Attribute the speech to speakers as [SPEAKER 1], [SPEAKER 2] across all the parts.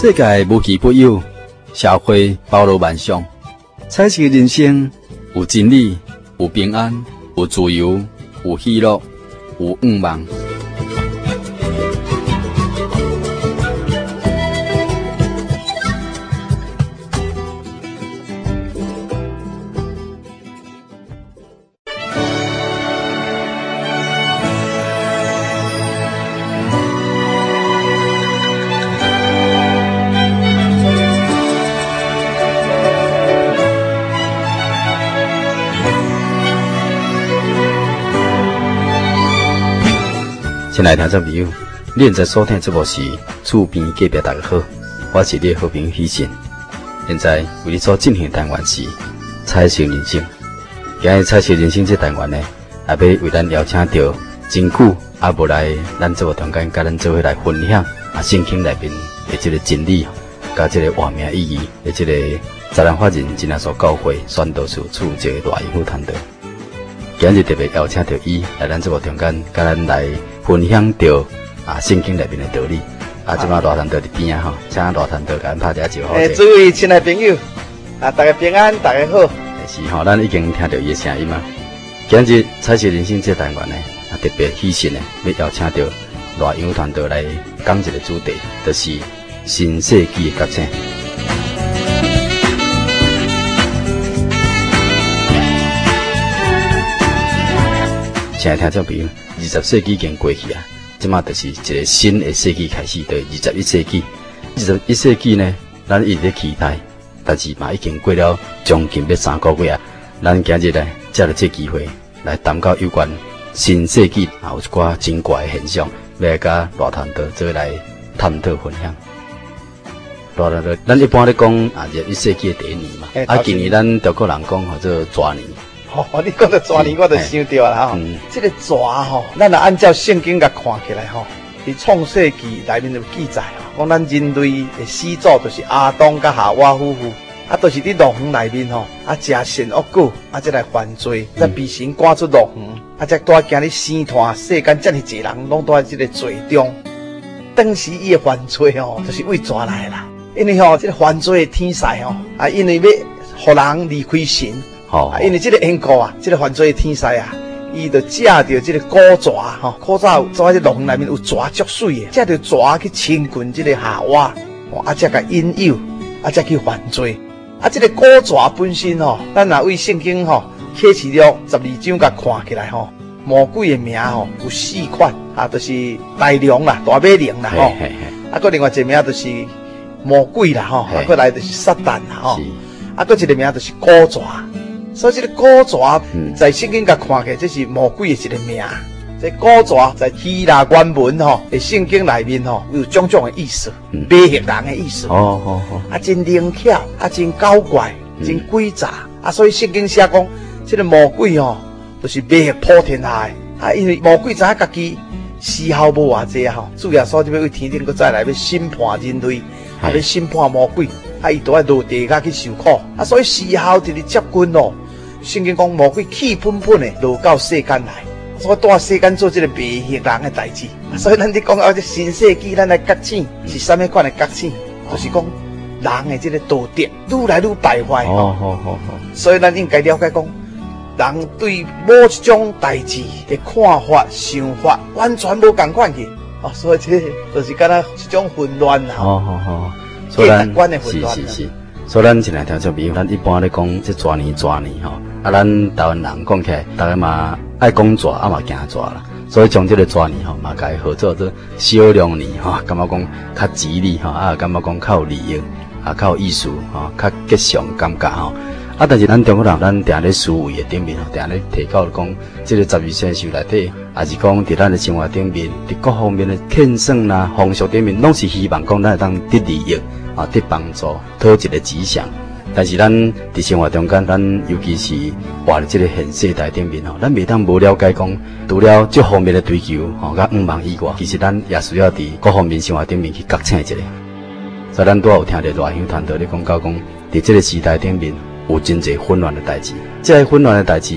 [SPEAKER 1] 世界无奇不有，社会包罗万象。彩色人生有真理，有平安，有自由，有喜乐，有愿望。亲爱的听众朋友，你现在收听这部是厝边隔壁大家好，我是你的好朋友许信。现在为你所进行的单元是彩色人生。今日彩色人生这单元呢，也要为咱邀请到真久也无来咱这部中间，甲咱做伙来分享圣经内面的这个真理，甲这个活命意义的这个自然法人真耶稣教会宣道士处这个大英夫谈道。今日特别邀请到伊来咱这部中间，甲咱来分享到圣经内面的道理。即马大谈道伫边啊吼，请大谈道甲咱拍一下招呼。
[SPEAKER 2] 诸位亲爱朋友，大家平安，大家好。
[SPEAKER 1] 是吼，咱已经听到伊的声音嘛。今日彩色人生这单元呢，特别喜信呢，要邀请到大英团队来讲一个主题，就是新世纪的觉醒。亲爱的听众朋友，20世纪已经过去啊，即马就是一个新的世纪开始，就是21世纪。21世纪呢，咱一直在期待，但是嘛已经过了将近要3个月啊。咱今日呢，借着这机会来谈到有关新世纪有一寡真怪的现象，要来甲大团队做来探讨分享。大团队，咱一般咧讲21世纪的第一年嘛，今年咱中国人讲做蛇年。
[SPEAKER 2] 你讲到蛇年，我就想到啦吼。这个蛇吼，咱若按照圣经甲看起来吼，伫创世纪内面有记载吼，讲咱人类的始祖就是亚当甲夏娃夫妇，都是伫龙园内面吼，食善恶果，才来犯罪，才被神赶出龙园，才带行咧生团世间遮尔济人，拢在这个罪中。当时伊的犯罪吼，就是为蛇来啦，因为吼，这个犯罪的天使吼，因为要互人离开神。因为这个缘故这个犯罪的天使伊就借着这个古蛇古早在这龙内面有蛇足水的，借着蛇去亲近这个夏娃，才甲引诱，才去犯罪。这个古蛇本身咱若为圣经启示录12章甲看起来魔鬼的名有4款就是大龙啦、大马龙啦个另外一个名就是魔鬼啦过来就是撒旦啦个一个名就是古蛇。所以这个古蛇在圣经甲看起来，这是魔鬼的一个名。这古蛇在希腊原文的圣经内面有种种的意思，迷惑人的意思。真灵巧，真搞怪，真诡诈。所以圣经写讲，这个魔鬼就是迷惑普天下的。因为魔鬼知影家己时效无偌济主耶稣就要为天顶搁再来要审判人类，要审判魔鬼。伊都要落地下去受苦，所以时效直直接近咯。圣经讲魔鬼气喷喷的落到世间来，所以带世间做这个迷惑人的代志。所以咱伫讲这新世纪，咱来觉醒是什么款的觉醒？就是讲人的这个道德愈来愈败坏。所以咱应该了解讲，人对某一种代志的看法、想法完全无共款去。所以这就是敢若一种混乱啦。所以咱是，所以咱现在听众朋友，咱一般咧讲这蛇年咱台湾人讲起来，大家嘛爱讲蛇，嘛惊蛇啦。所以从这个蛇年嘛，甲伊合作做小龙年感觉讲较吉利感觉讲较有利益较有意思较吉祥感觉但是咱中国人，咱定咧思维的顶面定咧提到讲，这个12生肖内底，也是讲伫咱的生活顶面，伫各方面的庆算啦、风俗顶面，拢是希望讲咱会当得利益得帮助，讨一个吉祥。但是咱伫生活中间，咱尤其是活伫这个现世代顶面咱袂当无了解讲，除了这方面的追求甲愿望以外，其实咱也需要伫各方面生活顶面去觉醒一下。所以咱拄有听到大兄团队咧讲到讲，伫这个时代顶面有真侪混乱的代志，这个混乱的代志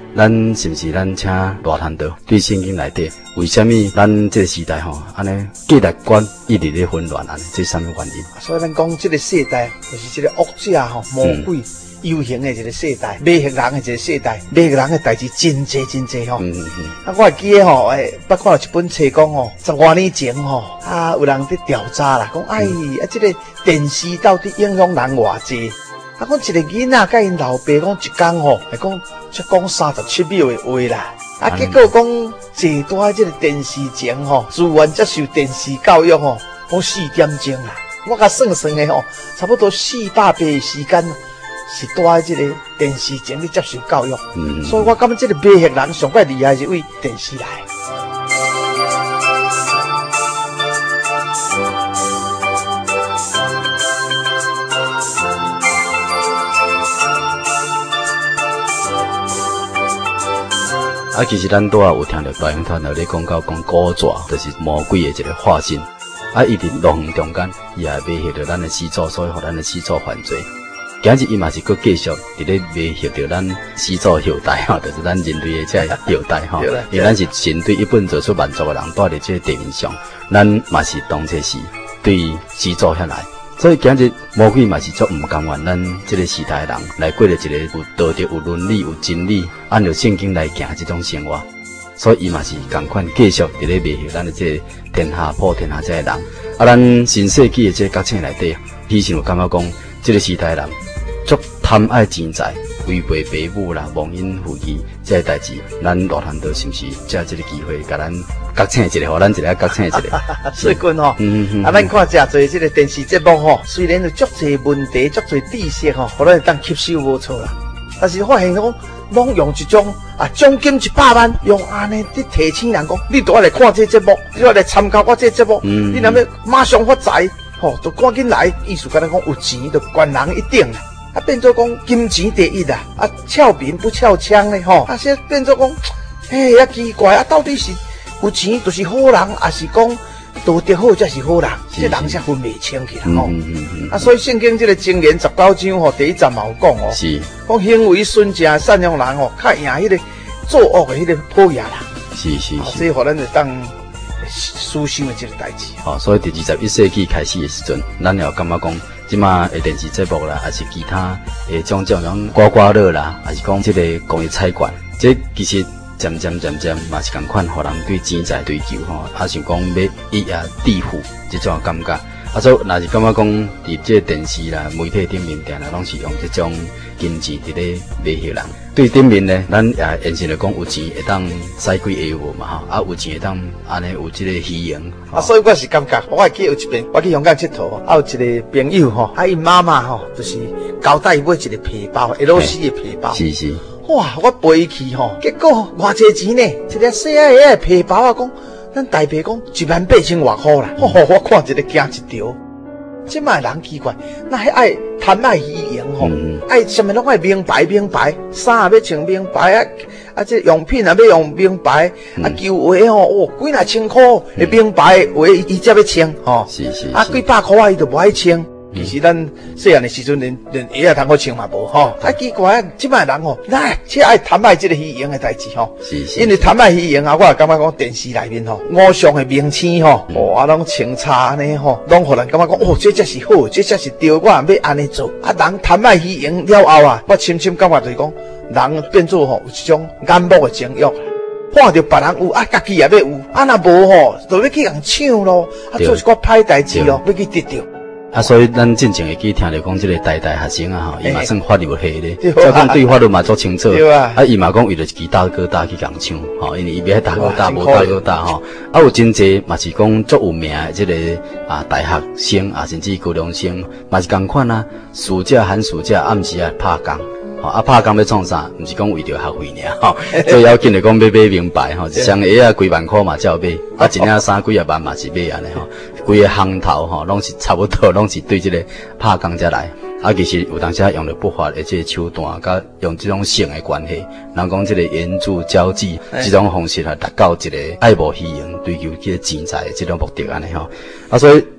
[SPEAKER 1] 咱是不是咱请大谈道对圣经内底，为什么咱这个时代安尼价值观一直咧混乱安尼？这什么原因？
[SPEAKER 2] 所以咱讲这个世代，就是这个恶者魔鬼游行的一个世代，迷惑人的一个世代，迷惑人的代志真多真多我还记得捌看到一本册讲10多年前有人在调查啦，讲这个电视到底影响人偌济？讲一个囡仔甲因老爸讲一天讲才讲37秒的话啦，结果讲坐在这个电视前自愿接受电视教育讲4点钟啦，我甲算算的差不多400倍的时间是待在这个电视前去接受教育，所以我感觉这个迷惑人上怪厉害是为电视来。
[SPEAKER 1] 其实咱都有听到大英团咧讲到讲古蛇，就是魔鬼的一个化身。伊伫路远中间，伊也迷惑着咱的始祖，所以互咱的始祖犯罪。今日伊嘛是搁继续伫咧迷惑着咱始祖后代就是咱人类的这后代因为咱是神对一本做出万族的人，住伫这个地面上，咱嘛是当作是对始祖遐来。所以今日魔鬼嘛是足唔甘愿咱这个时代的人来过着一个有道德、有伦理、有真理，按照圣经来行这种生活。所以伊嘛是同款继续伫咧迷惑咱的这个天下普天下这个人。咱新世纪的这个国庆内底，以前有感觉讲，这个时代的人足贪爱钱财，违背父母啦、忘恩负义这个代志，咱大汉道是不是借这个机会，甲咱国庆一个，互咱一个国庆一个。
[SPEAKER 2] 水军咱看真侪这个电视节目虽然有足侪问题、足侪知识互咱当吸收无错啦，但是发现讲，拢用一种奖金100万，用安尼去提醒人讲，你都要来看这节目，你要来参加我这节目，你若要马上发财，就赶紧来。意思跟咱讲，有钱就管人一定啦。变做讲金钱第一啦，俏兵不俏枪咧现在变做讲，奇怪到底是有钱就是好人，还是讲道德好才是好人？这人才分袂清去啦所以圣经这个箴言19章第1节嘛有讲
[SPEAKER 1] 是
[SPEAKER 2] 讲行为纯正善良人较赢迄个作恶的迄个讨厌人。
[SPEAKER 1] 是
[SPEAKER 2] 所以互咱就当思想的这个代志。
[SPEAKER 1] 所以伫21世纪开始的时阵，咱也感觉讲，即马的电视节目啦，还是其他种刮刮乐啦，还是讲这个公益彩券，这其实渐嘛是共款，互人对钱财追求像讲要一夜致富这种感觉。所以若是感觉讲，伫这电视啦、媒体顶面定啦，拢是用这种金钱伫咧迷惑人。对顶面呢，咱也现实来讲，有钱会当使几下物嘛有钱会当安尼有这个虚荣
[SPEAKER 2] 所以我是感觉，我还记得有一遍，我去香港佚佗有一个朋友因妈妈就是交代伊买一个皮包，LC 的皮包。
[SPEAKER 1] 是。
[SPEAKER 2] 哇！我背去结果偌济钱呢？一个细仔的皮包讲，咱台币讲18000外块啦。我看一个惊一条。即卖人奇怪，那还爱贪爱虚荣爱什么拢爱名牌，衫也要穿名牌这用品也要用名牌球鞋几若千块的名牌鞋伊才要穿
[SPEAKER 1] 是
[SPEAKER 2] 几百块伊就无爱穿。其实咱细汉的时阵连鞋也通好穿嘛无奇怪即摆人这爱贪爱这个虚荣的代志
[SPEAKER 1] 是
[SPEAKER 2] 因为贪爱虚荣我也感觉讲电视内面偶像的明星拢穿插呢拢互人感觉讲这才是好，这才是对，我也要安尼做人贪爱虚荣了后我深深感觉就是讲人变做有一种眼目的情欲，看到别人有家己也要有若无就要去人抢咯做一个歹代志要去得到。
[SPEAKER 1] 所以咱真正会去听着讲，这个代学生伊嘛算法律系咧，照讲对法律嘛足清楚。伊嘛讲为了一支大哥大去共抢，因为伊要大哥大无大哥大有真济嘛是讲足有名的这个大学生甚至高中生嘛是共款暑假寒暑假暗时拍工。拍工要创啥？毋是讲为着学费尔最要紧的讲要买名牌一双鞋几万块嘛才有买，一领衫几万嘛是买安尼规个行头拢是差不多，拢是对这个拍工才来。其实有当时用着不法的这个手段，甲用这种性的关系，人讲这个援助交际这种方式达到一个爱慕虚荣、追求这个钱财的这种目的安尼所以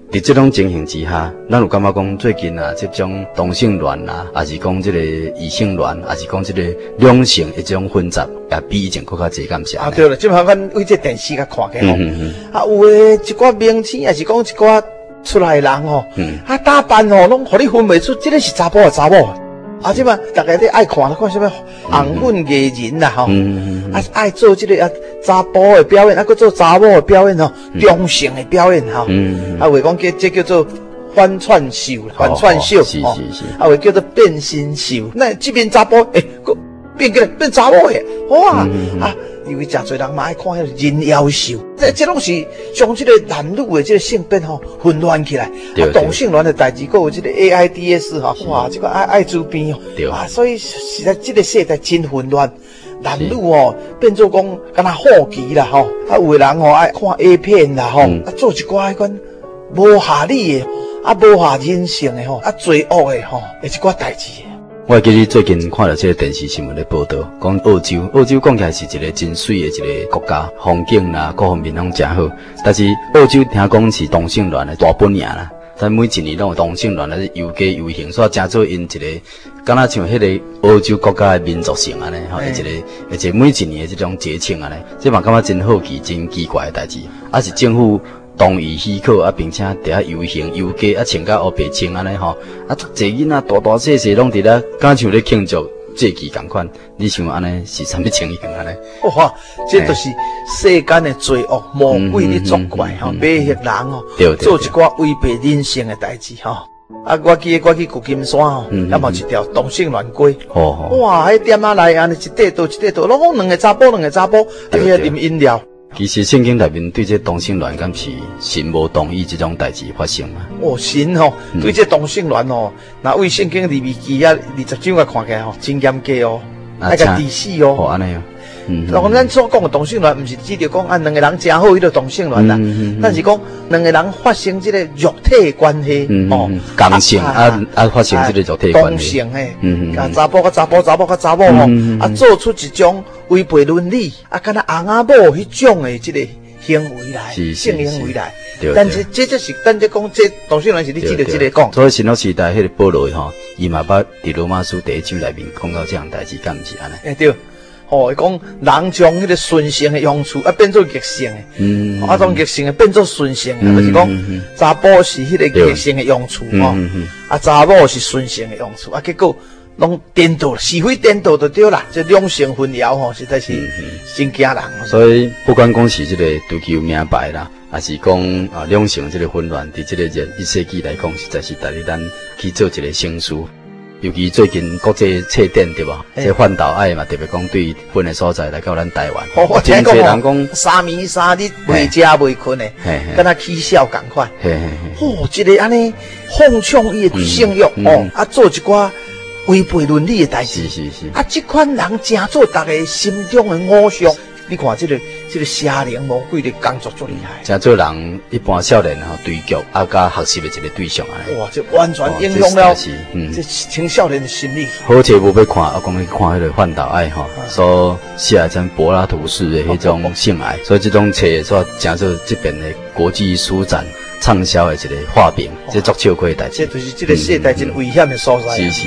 [SPEAKER 1] 伫这种情形之下，咱有感觉讲最近啊，这种同性恋啊，还是讲这个异性恋，还是讲这个两性的这种混杂，也比以前更加侪，敢是啊？
[SPEAKER 2] 对了，即摆阮为这电视甲看起吼，啊有诶一寡明星，也是讲一寡出来的人吼，啊打扮吼，拢互你分袂出，这个是查甫啊查某。啊，即嘛，大家咧爱看什么红粉艺人啦，吼，啊爱做这个啊查甫的表演，啊搁做查某的表演吼，中性的表演吼，啊话讲这叫做反串秀，反串秀，
[SPEAKER 1] 是，
[SPEAKER 2] 啊话叫做变身秀，那这边查甫搁变过来变查某的，哇，啊，因为真侪人嘛爱看迄个人妖秀，这拢是将这个男女的这个性别吼混乱起来，啊，同性恋的代志，搁有这个 AIDS 吼，哇，这个爱滋病哦，啊，所以实在这个世代真混乱，男女哦变做讲敢若好奇啦吼，啊，有的人吼爱看 A 片啦吼，啊，做一寡迄款无合理的，啊，无合人性的吼，啊，罪恶的吼，一寡代志。
[SPEAKER 1] 我记得最近看了这个电视新闻的报道，讲澳洲讲起来是一个真水的一个国家，风景啦各方面拢真好。但是澳洲听讲是同性恋的大本营啦，但每一年拢有同性恋的游街游行，所以真做因一个，敢若像迄个澳洲国家的民族性安尼，吼，而且每一年的这种节庆安尼，这嘛感觉真好奇、真奇怪的代志，啊是政府同意许可啊，并且伫遐游行游街啊，穿甲黑白穿安尼吼，啊，坐囡仔大大细细拢伫遐，敢像咧庆祝节气共款。你想安尼是啥物情形安尼？
[SPEAKER 2] 哇，这就是世间的罪恶魔鬼的作怪吼，买血人哦，做一寡违背人性的代志吼。啊，我去旧金山吼，也嘛一条同性恋街，哇，迄店仔内安尼一块倒，拢两个查甫，啊，去啉饮料。
[SPEAKER 1] 其实圣经内面对这同性恋敢是神无同意这种代志发生嘛？
[SPEAKER 2] 哦，神吼，对这同性恋吼，那为圣经利未记啊20章啊看起来吼，真严格哦，那个治死哦。
[SPEAKER 1] 哦，安尼哦。
[SPEAKER 2] 然后咱所讲的同性恋，不是只着讲啊两个人真好，迄个同性恋啦，但是讲两个人发生这个肉体关系，
[SPEAKER 1] 哦，共性发生这个肉体关系，
[SPEAKER 2] 共性诶，啊查甫甲查甫吼，啊做出一种违背伦理，啊敢若翁仔某迄种诶这个行为来，性行为来，但是这就是咱在讲这同性恋是你只着这个讲。
[SPEAKER 1] 所以新约时代迄个保罗吼，伊嘛捌伫罗马书第1章内面讲到这样代志，敢毋是安尼？
[SPEAKER 2] 对。哦，讲人将迄个顺性的用处啊变做逆性的，啊从逆性的变做顺性的，就是讲查甫是迄个逆性的用处哦，啊查某是顺性的用处，啊结果拢颠倒，是非颠倒就对啦，这两性混淆吼，实在是真惊人。
[SPEAKER 1] 所以不管讲是这个追求名牌啦，还是讲啊两性这个混乱，伫这个21世纪来讲，实在是带领咱去做一个成事。尤其最近国际册展对吧？这范岛爱嘛，特别讲对日本的所在来到咱台湾，
[SPEAKER 2] 我听讲人讲3暝3日未食未困的，跟他起笑赶快。哦，一个安尼奉劝伊的性欲哦，啊做一寡违背伦理的代志。是。啊，这款人真做大家心中的偶像。你看这个邪灵魔鬼的工作最厉害，
[SPEAKER 1] 真做人一般少年吼追求啊，加学习的一个对象啊。
[SPEAKER 2] 哇，这完全影响了这青少年的心理。
[SPEAKER 1] 好节无要看，啊，讲去看迄个范岛爱吼，所写的真柏拉图式的迄种性爱，所以这种册所真做这边的国际书展畅销的一个画饼，这足笑亏的代志。
[SPEAKER 2] 这就是这个世代真危险的所在。
[SPEAKER 1] 是。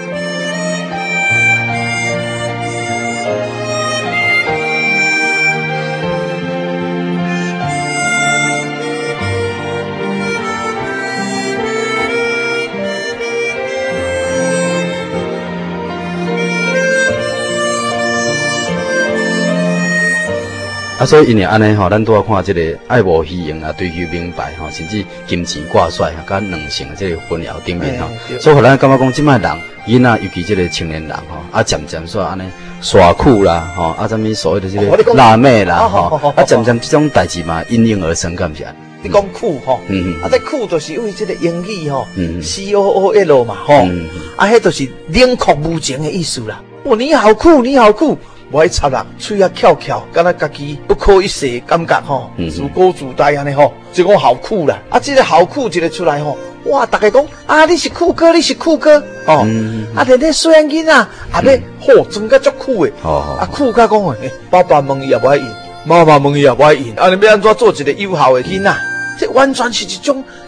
[SPEAKER 1] 啊，所以因为安尼吼，咱拄啊看这个爱慕虚荣啊，追求名牌吼，甚至金钱挂帅哈，甲两性这个混淆顶面吼，所以互咱感觉讲，即摆人囡仔，尤其这个青年人吼，啊渐渐说安尼耍酷啦，吼，啊什么所谓的这个辣妹啦，吼，啊渐渐这种代志嘛，应运而生，敢是啊？
[SPEAKER 2] 你讲酷吼，啊这酷就是因为这个英语吼，COOL 嘛吼，啊迄就是冷酷无情的意思啦。哦，你好酷，你好酷。我爱插人，嘴啊翘，敢若家己不可一世，感觉吼，自高自大安尼吼，就讲好酷啦。啊，这个好酷一个出来吼，哇，大家讲啊，你是酷哥，你是酷哥，哦，啊，连那细囡仔啊，要吼，装甲足酷的，啊，酷甲讲诶，爸爸问伊也不爱应，妈妈问伊也不爱应，啊，你要安怎做一个有效的囡仔？这完全是一种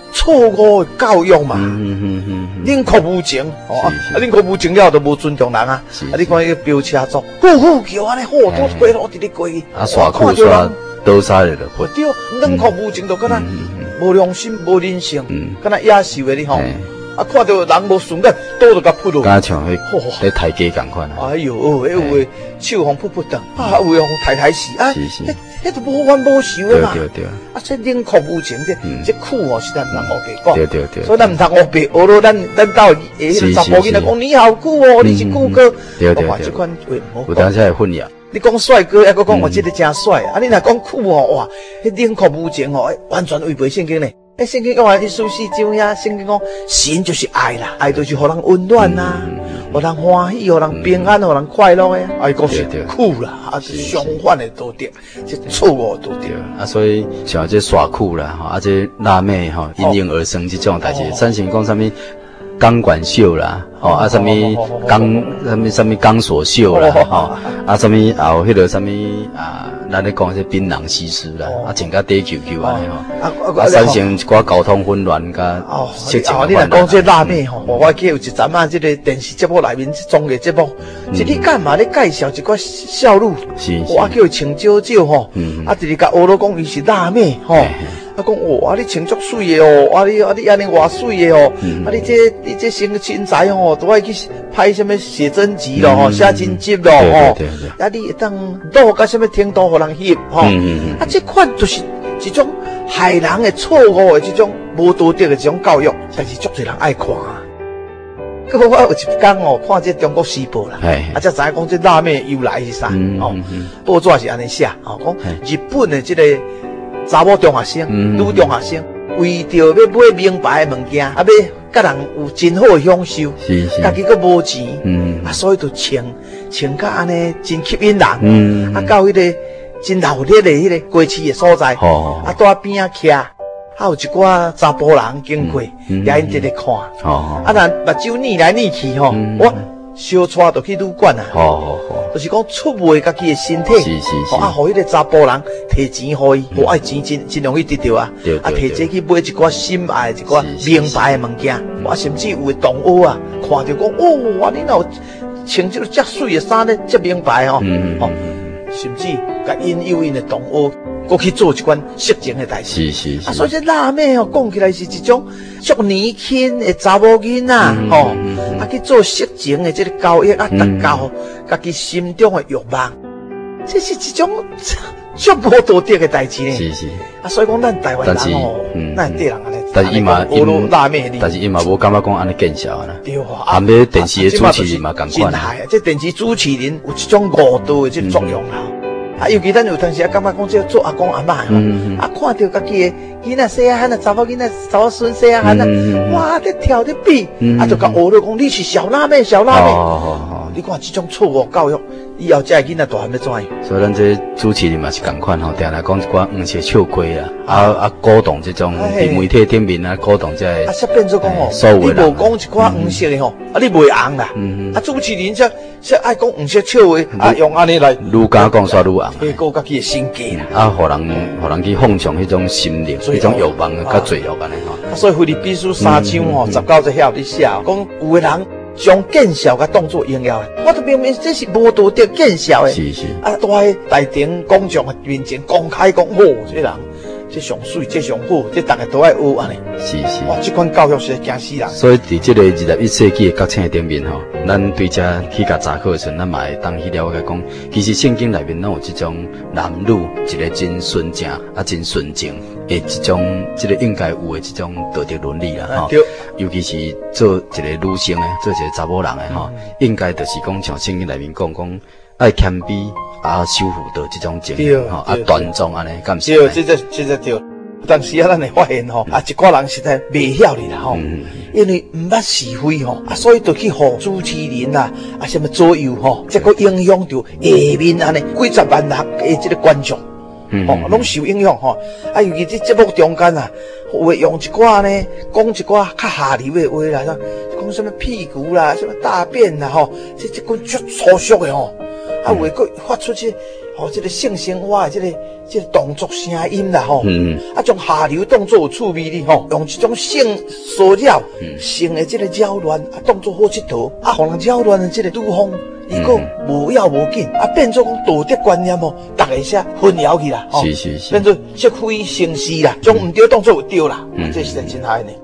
[SPEAKER 2] 错误的教育嘛，冷酷无情，冷酷无情了就无尊重人啊，你看那个飙车族，呼叫安尼，都过路直直过去，
[SPEAKER 1] 耍酷耍倒沙的了，
[SPEAKER 2] 对，冷酷无情就敢若无良心、无人性，敢若野兽的你吼。看到人无顺眼，倒就甲扑落。
[SPEAKER 1] 敢像迄抬价共款
[SPEAKER 2] 哎呦，迄有诶手风扑扑转，有诶风抬死，迄都无冤无仇诶嘛。
[SPEAKER 1] 对。
[SPEAKER 2] 这冷酷无情，这苦哦是咱人学白讲。
[SPEAKER 1] 对。
[SPEAKER 2] 所以咱唔通学白，学到咱到迄个查甫囡仔讲你好酷哦，你是酷哥。
[SPEAKER 1] 对。
[SPEAKER 2] 这款话唔好。
[SPEAKER 1] 有当时会混淆。
[SPEAKER 2] 你讲帅哥，还佫讲我这个真帅，你若讲酷哦，哇，迄冷酷无情哦，完全违背圣经咧。圣经讲话，一书四章呀，圣经讲神就是爱啦，爱就是互人温暖啦，互人欢喜，互人平安，互人快乐的呀。爱讲是苦啦，相反的都对，这错误都对。
[SPEAKER 1] 所以像这耍酷啦，这辣妹因应而生这种代志，咱先讲啥物钢管秀啦，什么钢索秀啦，什么也有迄个什么咱咧讲这槟榔西施啦，整个地球安尼产生一寡交通混乱甲色情
[SPEAKER 2] 你若讲这辣妹我记有一阵这个电视节目内面综艺节目，你干嘛咧介绍一寡少女，我叫伊穿少少直直甲学老讲伊是辣妹讲哇，你穿足水的你安尼偌水的你这身材都爱去拍什么写真集咯写真集咯你会当录到什么程度，互人翕这款就是一种害人的错误的这种无道德的这种教育，但是足多人爱看。我有一天看这中国时报啦，才知影讲这辣妹由来是啥报纸是安尼写讲日本的这个查某中学生、女中学生，为着要买名牌的物件，要甲人有真好的享受，家己佫无钱，所以就穿甲安尼真吸引人，到迄个真闹热的迄个街市的所在，在边仔徛，有一寡查甫人经过，也因直直看，咱目睭睨来睨去我小带就去旅馆啊，就是讲出卖家己的身体，互迄个查甫人摕钱互伊，爱钱真容易得到啊，摕这去买一寡心爱一寡名牌的物件，甚至有的同学看到讲你若穿这个遮水的衫咧，遮名牌甚至甲引诱因的同学。过去做一款色情的代志，所以这辣妹讲起来是一种足年轻的查某囡仔去做色情的这个交易达到家己心中的欲望，这是一种足无道德的代志呢。所以讲咱台湾人咱对人安尼，
[SPEAKER 1] 但是伊嘛无感觉讲安尼见笑啊。对啊，尾电视的主持人嘛共款
[SPEAKER 2] 这电视主持人有一种误导的这个作用啦。尤其咱有当时感觉讲这做阿公阿嬷看到家己的囡仔细汉查某囡仔查某孙细汉哇，在跳在比就甲学了讲你是小辣妹。你看这种错误教育，以后这囡仔大汉要怎样？
[SPEAKER 1] 所以咱这主持人嘛是共款定来讲一寡黄色笑话鼓动这种伫媒体顶面鼓动这
[SPEAKER 2] 才变做讲你无讲一寡黄色的你袂红啦。主持人才爱讲黄色笑话用安尼来
[SPEAKER 1] 愈敢讲煞愈红，
[SPEAKER 2] 提高家己的身价
[SPEAKER 1] 互人去放纵迄种心灵，迄种欲望甲罪恶安尼
[SPEAKER 2] 所以菲律宾书3章19节遐有咧写讲有的人。将见笑甲当作荣耀我都明明这是无道德见笑的。在大庭广众面前公开讲这人这上水，这上好，这大家都爱学安尼。哇，这款教育是会惊死人。
[SPEAKER 1] 所以伫这个21世纪的国庆顶面咱对这去甲查考的时阵，咱嘛会当去了解讲，其实圣经内面拢有这种男女一个真纯正真纯情的一种这个应该有的这种道德伦理啦尤其是做一个女性的，做一个查某人的应该就是讲像圣经内面讲爱谦卑守护到这种情端庄安尼，敢是？
[SPEAKER 2] 对，这对。但是咱会发现一寡人实在袂晓哩啦因为唔捌是非所以就去互主持人什么左右这个影响到下面安尼几十万人的这个观众。拢受影响尤其这节目中间会用一寡呢，讲一寡较下流的话啦，讲什么屁股啦，什么大便啦这款足粗俗的会佫发出去这个性生活的这个动作声音啦，将下流动作有趣味哩，用这种性骚扰、性的这个扰乱当作好佚佗，互人扰乱的这个女方。伊个无要无紧，变做讲道德观念大家些混淆去啦，
[SPEAKER 1] 是，
[SPEAKER 2] 变做积非成是啦，将唔对当作有对啦，这是真害呢。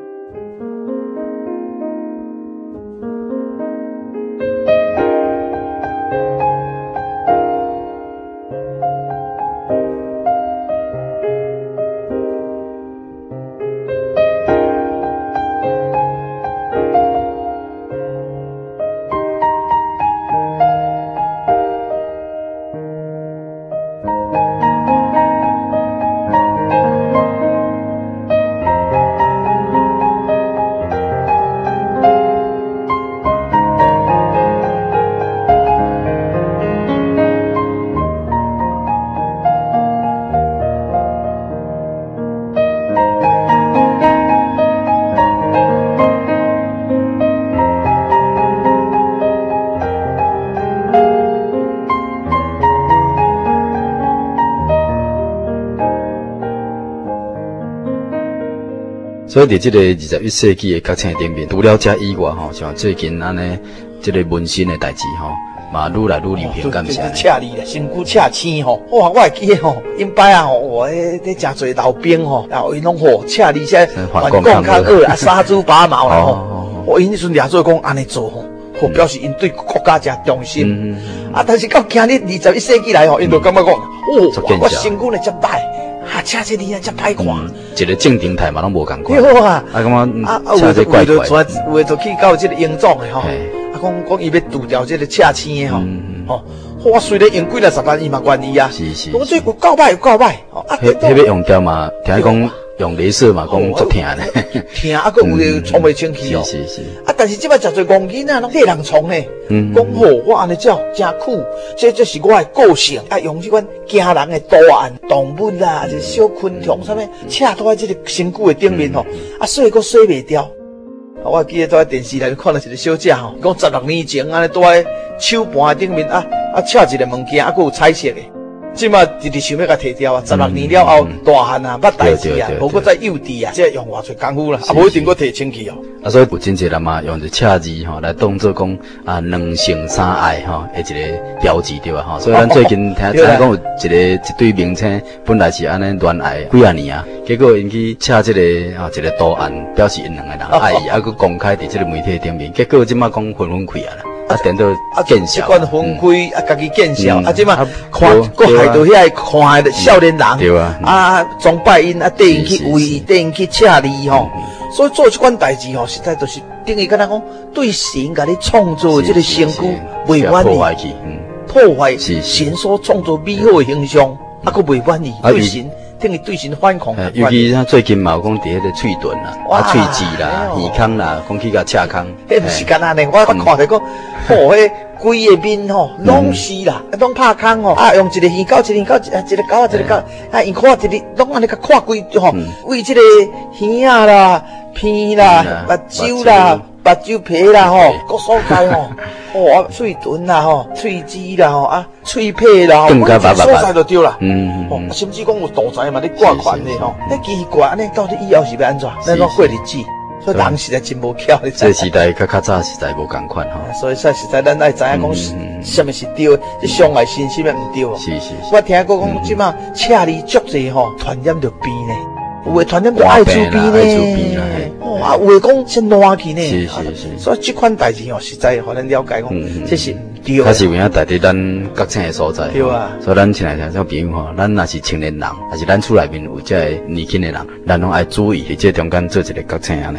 [SPEAKER 1] 所以伫这个21世纪的国情顶面，除了这以外像最近安尼这个纹身的代志嘛愈来愈流行，感谢。
[SPEAKER 2] 赤哩啦，身躯赤青我会记因摆我迄真侪老兵然后因拢赤哩些反共较恶杀猪拔毛啦因迄阵掠做讲安尼做表示因对国家真忠心但是到今日21世纪来因就感觉讲我身躯呢真歹。车这里真歹看，
[SPEAKER 1] 一个正常态嘛拢无共款。
[SPEAKER 2] 对啊，
[SPEAKER 1] 感觉车这怪怪。
[SPEAKER 2] 有的就去到这个营长的讲伊要除掉这个赤青的我虽然用几了10万，伊嘛愿意啊。
[SPEAKER 1] 是。
[SPEAKER 2] 我这有够歹，有够歹。
[SPEAKER 1] 迄要用掉嘛？听讲用镭射嘛，讲足疼的。
[SPEAKER 2] 疼还有冲袂清气
[SPEAKER 1] 是。
[SPEAKER 2] 但是即摆真侪戆囡仔拢替人冲呢。讲我安尼照真酷，这是我的个性。用这款惊人的图案、动物啦，就是小昆虫啥物，插在这个身躯的顶面所以佫洗袂掉。我记得在电视内看到一个小姐讲16年前安尼在手盘顶面插一个物件，佫有彩色的。即马直直想要甲摕掉16年了后大汉捌代志无佫再幼稚这用偌侪功夫啦，无一定佫摕清气
[SPEAKER 1] 所以有真侪人嘛用一赤字来当做讲两性相爱的一个标志对吧所以咱最近听讲有一对明星本来是安尼恋爱几啊年结果因去插这个一个图案表示因两个人爱伊佫公开伫这个媒体顶面，结果即马讲分分开啦。等到见笑，
[SPEAKER 2] 即款分开家己见笑即马看佫害到遐看的少年人
[SPEAKER 1] 对
[SPEAKER 2] 崇拜因缀因去为缀因去赤哩所以做即款代志实在就是等于敢若讲对神甲你创造这个身躯未满意，破坏神所创造美好的形象佫未满意对神。等于对神反抗，
[SPEAKER 1] 尤其咱最近嘛有讲伫迄个喙唇啦、喙齿啦、耳孔啦，讲去甲切空。
[SPEAKER 2] 迄毋是干那呢？我看着讲，迄规个面拢是啦，拢拍空用一个耳膏，一个膏，一个膏，因看一个拢安尼甲看规为这个耳啊啦、鼻啦、目睭啦。目睭皮啦各所在嘴唇啦喙齿啦喙皮啦所在就对啦甚至讲有肚臍嘛咧挂款的那奇怪安尼到底以后是要安怎咱讲过日子所以人实在真无巧
[SPEAKER 1] 这时代较早实在无共款
[SPEAKER 2] 所以实在咱爱知影讲什么是对这伤害身心的毋对
[SPEAKER 1] 是
[SPEAKER 2] 我听过讲即马赤哩足济传染着病呢有诶传染着艾滋病呢有诶讲先烂去呢
[SPEAKER 1] 是
[SPEAKER 2] 所以这款代志实在互咱了解讲这是毋对
[SPEAKER 1] 它是有影带伫咱国情诶所在
[SPEAKER 2] 对
[SPEAKER 1] 所以咱亲爱听众朋友咱若是青年人还是咱厝内面有这年轻诶人咱拢爱注意伫这中间做一个国情安尼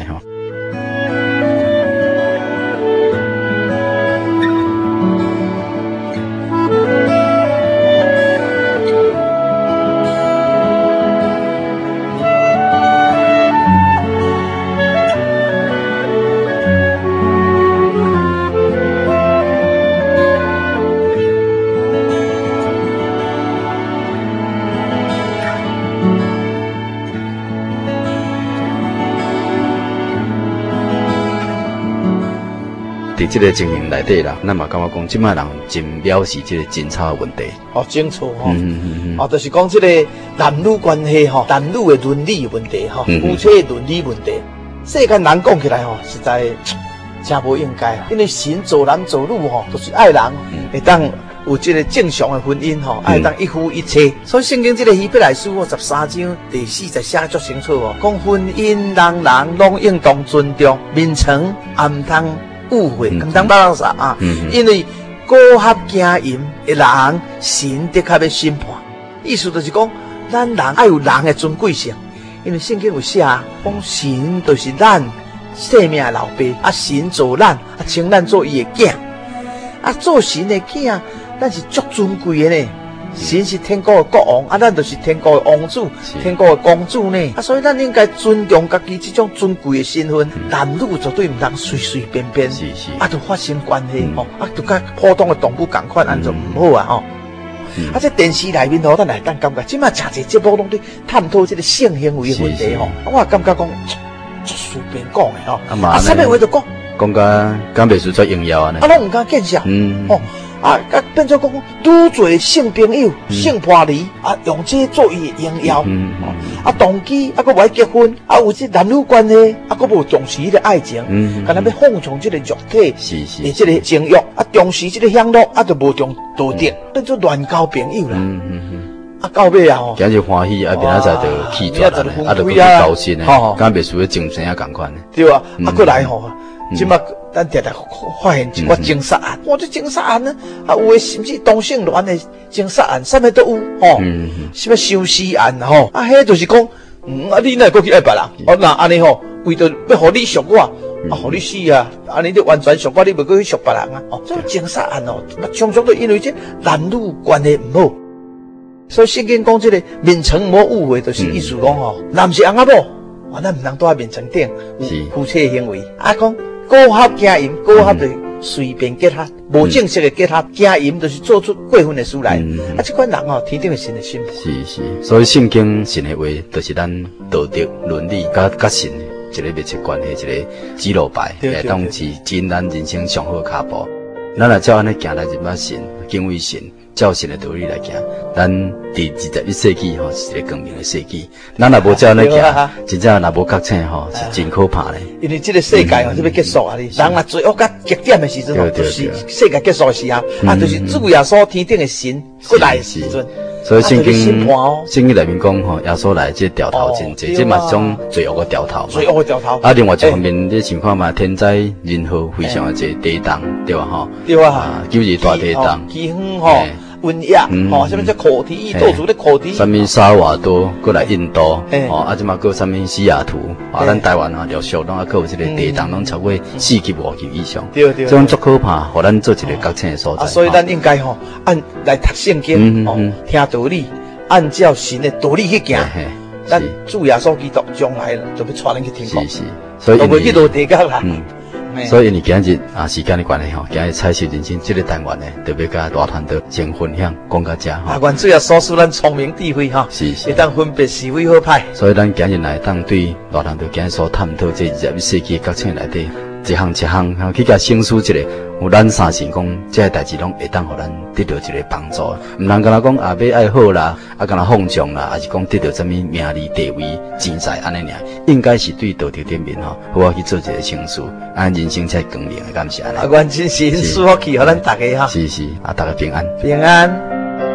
[SPEAKER 1] 这个情形内底啦，咱嘛感觉讲，即摆人真藐视这个争吵的问题。
[SPEAKER 2] 哦，争吵吼，哦，就是讲这个男女关系吼，男女的伦理问题吼，夫妻的伦理问题，世间人讲起来吼，实在真无应该啦。因为神造男造女吼，都是爱人，会当有这个正常的婚姻吼，爱当一夫一妻。所以圣经这个希伯来书13章第40写得足清楚哦，讲婚姻人人拢应当尊重，面床暗通误会，唔通巴啥啊？因为苟合行淫的人，神的确要审判。意思就是讲，咱人爱有人的尊贵性，因为圣经有写，讲神就是咱生命的老爸，啊神造咱，啊称咱做伊的囝，啊做神的囝，咱是足尊贵的呢。神是天国的国王，啊，咱就是天国的王子，天国的公主呢。啊，所以咱应该尊重家己这种尊贵的身份，男女绝对唔通随随便便，啊，就发生关系吼，啊，就甲普通的动物同款，安就唔好啊吼。啊，这电视内面吼，咱来感觉，即马诚侪节目拢伫探讨这个性行为的问题吼，我也感觉讲，随便讲的吼，啊，啥物话就讲，
[SPEAKER 1] 讲袂出做应用安尼，
[SPEAKER 2] 啊，拢唔敢见笑，吼。啊，变做讲愈做性朋友、性伴侣啊，用这做伊的应用，啊，动机啊，佮未结婚，啊，有这男女关系，啊，佮无重视伊的爱情，干那要放纵这个肉体，的这个情欲，啊，重视这个享乐，啊，就无重道德，变做乱交朋友啦，啊，到尾啊吼，
[SPEAKER 1] 今日欢喜啊，明仔载就气绝啦，啊，就去高兴咧，敢袂输咧精神啊，共款咧，
[SPEAKER 2] 对啊，啊，佮来吼，即马。咱常常发现一个情杀案，哇！这情杀案呢，啊，有的甚至同性恋的情杀案，啥物都有吼，什么收尸案吼，啊，迄就是讲，啊，你哪过去爱别人，哦，那安尼吼，为着要互你赎我，啊，互你死啊，安尼你完全赎我，你袂过去赎别人啊，哦，这种情杀案哦，常常都因为这男女关系唔好，所以圣经讲这个面床莫误会，就是意思讲吼，男是翁仔某，啊，咱唔通在面床顶有夫妻行为，啊，讲。苟合行淫，苟合就是随便结合，无正式的结合，行淫就是做出过分的事来。啊，这款人哦，天顶的神的心。
[SPEAKER 1] 是，所以圣经神的话，就是咱道德伦理甲神一个密切关系，一个指路牌，来当是指咱人生上好的脚步。咱若照安尼行来认捌神，敬畏神。照神的道理来行，咱第21世纪吼是一个光明的世纪。咱若无照安尼行，真正若无觉醒吼，是真可怕咧。
[SPEAKER 2] 因为这个世界吼就要结束啊！人若罪恶到极点的时阵吼，就是世界结束的时候，啊，就是主耶稣天顶的神过来的时阵。
[SPEAKER 1] 所以圣经内面讲吼，耶稣来这掉头真济，这嘛是种罪恶的掉头。
[SPEAKER 2] 罪恶的掉头。
[SPEAKER 1] 啊，另外一方面，你情况嘛，天灾人祸非常的济，地动对吧？吼。
[SPEAKER 2] 对啊。
[SPEAKER 1] 9日大地动。
[SPEAKER 2] 饥荒吼。瘟疫，吼，什么叫口蹄疫？到处咧口蹄疫。
[SPEAKER 1] 什么沙瓦多过来印度，啊，即嘛过什么西雅图，啊，咱台湾啊，陆续拢啊，有这个地动拢超过4级、5级以上。对，这种足可怕，互咱做一个觉醒的所在。
[SPEAKER 2] 所以咱应该吼，按来读圣经，听道理，按照神的道理去行。咱主耶稣基督将来就要带咱去天国。是，所以都袂去落地狱啦。
[SPEAKER 1] 所以因为今日啊时间的关系吼，今日彩色人生这个单元呢，特别甲大团队先分享讲到这吼。愿主要所赐咱聪明智慧哈，会当分别是非好歹。所以咱今日来当对大团队今日所探讨这21世纪觉醒内底，一项去甲省思一下，有咱三神讲这个代志拢会当互咱得到一个帮助。唔通干那讲啊要爱好啦，啊干那放纵啦，还是讲得到什么名利地位、钱财安尼尔，应该是对道德顶面吼，好好去做一个省思，安人生才光明的感谢。啊，愿真神赐福气，互咱大家哈。是啊，大家平安。平安。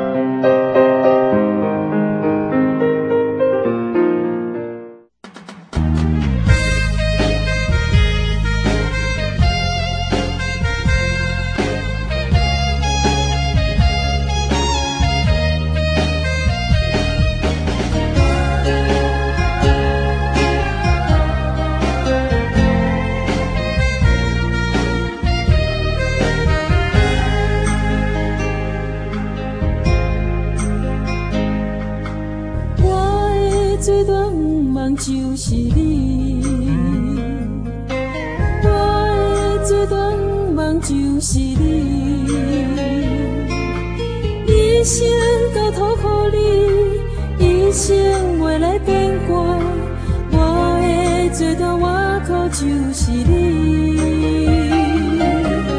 [SPEAKER 3] 最大愿望就是你，我的最大愿望就是你，一生交托予你，一生袂来变卦。我的最大依靠就是你。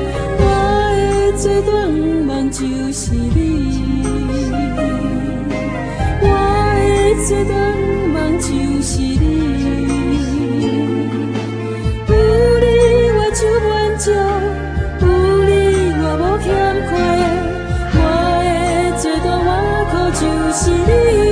[SPEAKER 3] 最短梦就是你，有你我就满足，有你我无欠缺，我的最大外壳就是你。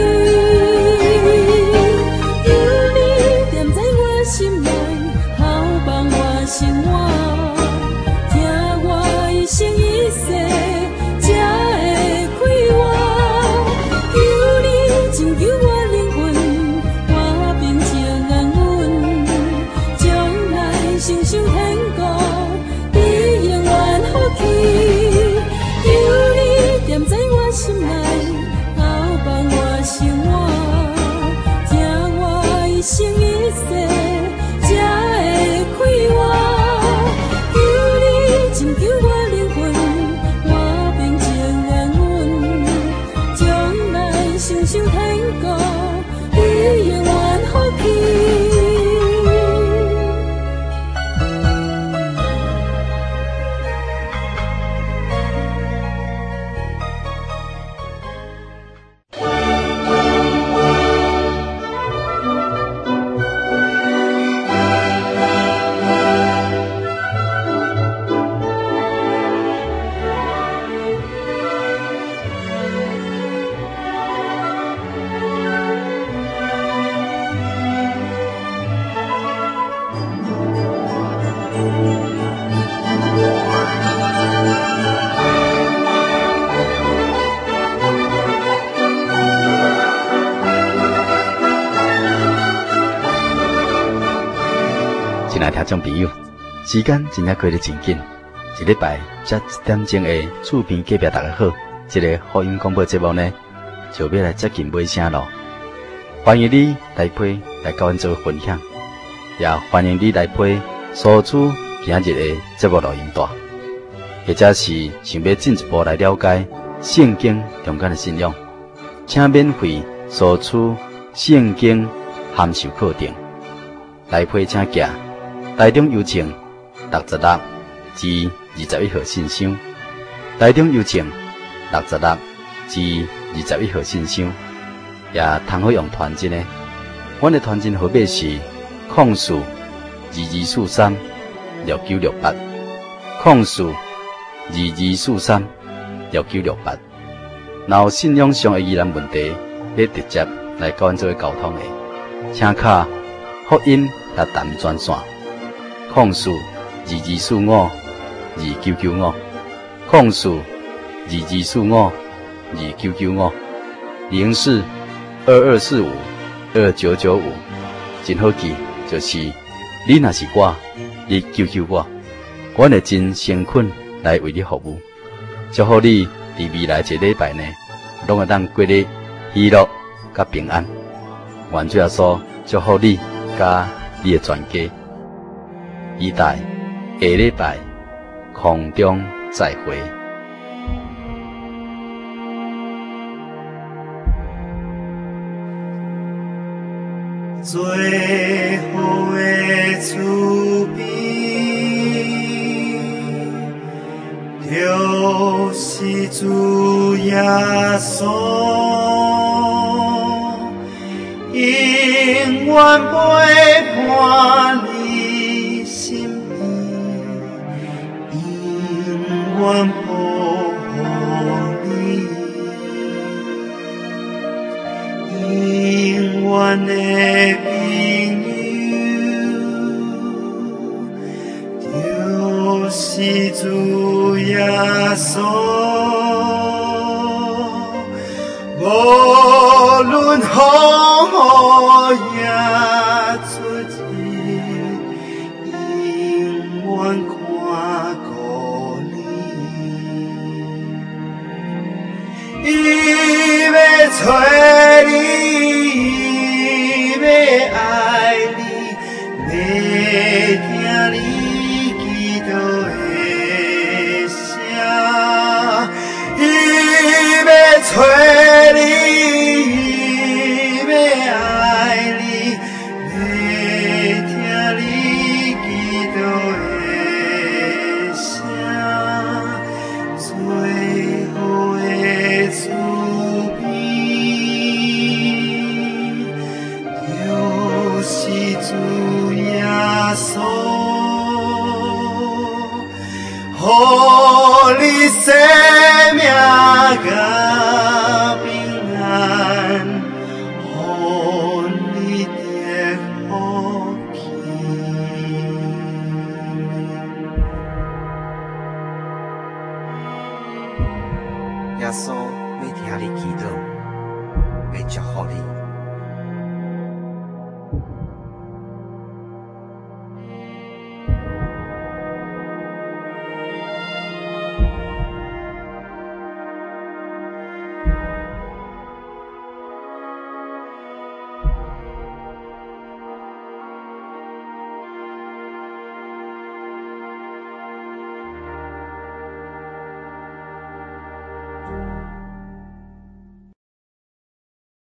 [SPEAKER 3] 心内好放我生活，听我一生一世才会快活。求你拯救我灵魂，我平静安稳，将来承受天国，你永远福气。求你踮在我心内好放我生活，听我一生一世。
[SPEAKER 1] 亲爱的听众朋友，时间真正过得真紧，一礼拜才1点钟的厝边隔壁大家好，这个福音广播节目呢，就要来接近尾声咯。欢迎你来陪来跟阮做分享，也欢迎你来陪所处今日的节目录音带，或者是想要进一步来了解圣经中间的信仰，请免费索取圣经函授课程，来陪请假。台中邮政66至21号信箱，台中邮政66至21号信箱，也通好用传真的。阮的传真号码是0422436968，0422436968。若有信仰上的疑难问题，要直接来跟阮做沟通的，请卡福音来谈专线。0422452995，0422452995，0422452995，真好记，就是你若是我，你救救我，我会真诚恳来为你服务。祝福你伫未来一礼拜呢，拢会当过得喜乐甲平安。愿主耶稣祝福你甲你的全家。期待下礼拜空中再会。
[SPEAKER 4] 最好的慈悲，就是主耶稣，永远陪伴你。永远保护你，永远的朋友，就是主耶稣，无论风雨也出去，永远看顾。伊要找你，伊要爱你，要听你祈祷的声。伊要找你，伊要爱你，要
[SPEAKER 5] 稣要听你祈祷，要祝福你。